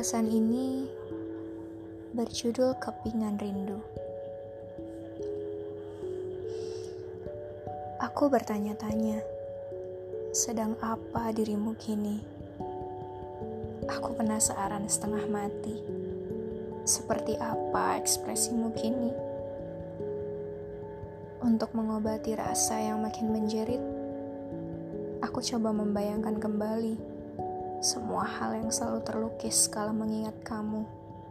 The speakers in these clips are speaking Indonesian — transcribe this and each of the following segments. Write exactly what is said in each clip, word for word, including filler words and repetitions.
Pesan ini berjudul Kepingan Rindu. Aku bertanya-tanya, sedang apa dirimu kini? Aku penasaran setengah mati. Seperti apa ekspresimu kini? Untuk mengobati rasa yang makin menjerit, aku coba membayangkan kembali semua hal yang selalu terlukis kala mengingat kamu.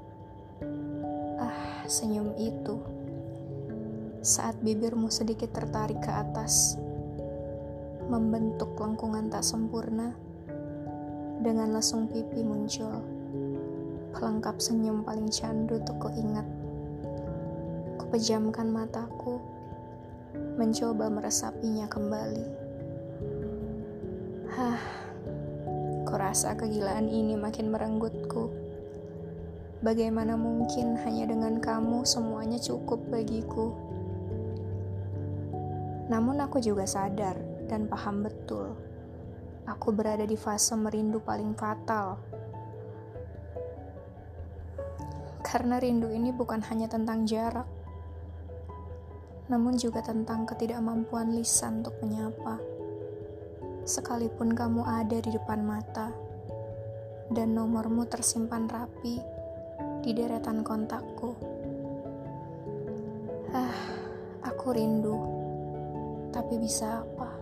Ah, senyum itu. Saat bibirmu sedikit tertarik ke atas, membentuk lengkungan tak sempurna, dengan lesung pipi muncul, pelengkap senyum paling candu untuk kuingat. Kupejamkan mataku, mencoba meresapinya kembali. Hah, kurasa kegilaan ini makin merenggutku. Bagaimana mungkin hanya dengan kamu semuanya cukup bagiku? Namun aku juga sadar dan paham betul, aku berada di fase merindu paling fatal. Karena rindu ini bukan hanya tentang jarak, namun juga tentang ketidakmampuan lisan untuk menyapa. Sekalipun kamu ada di depan mata, dan nomormu tersimpan rapi di deretan kontakku. Ah, aku rindu, tapi bisa apa?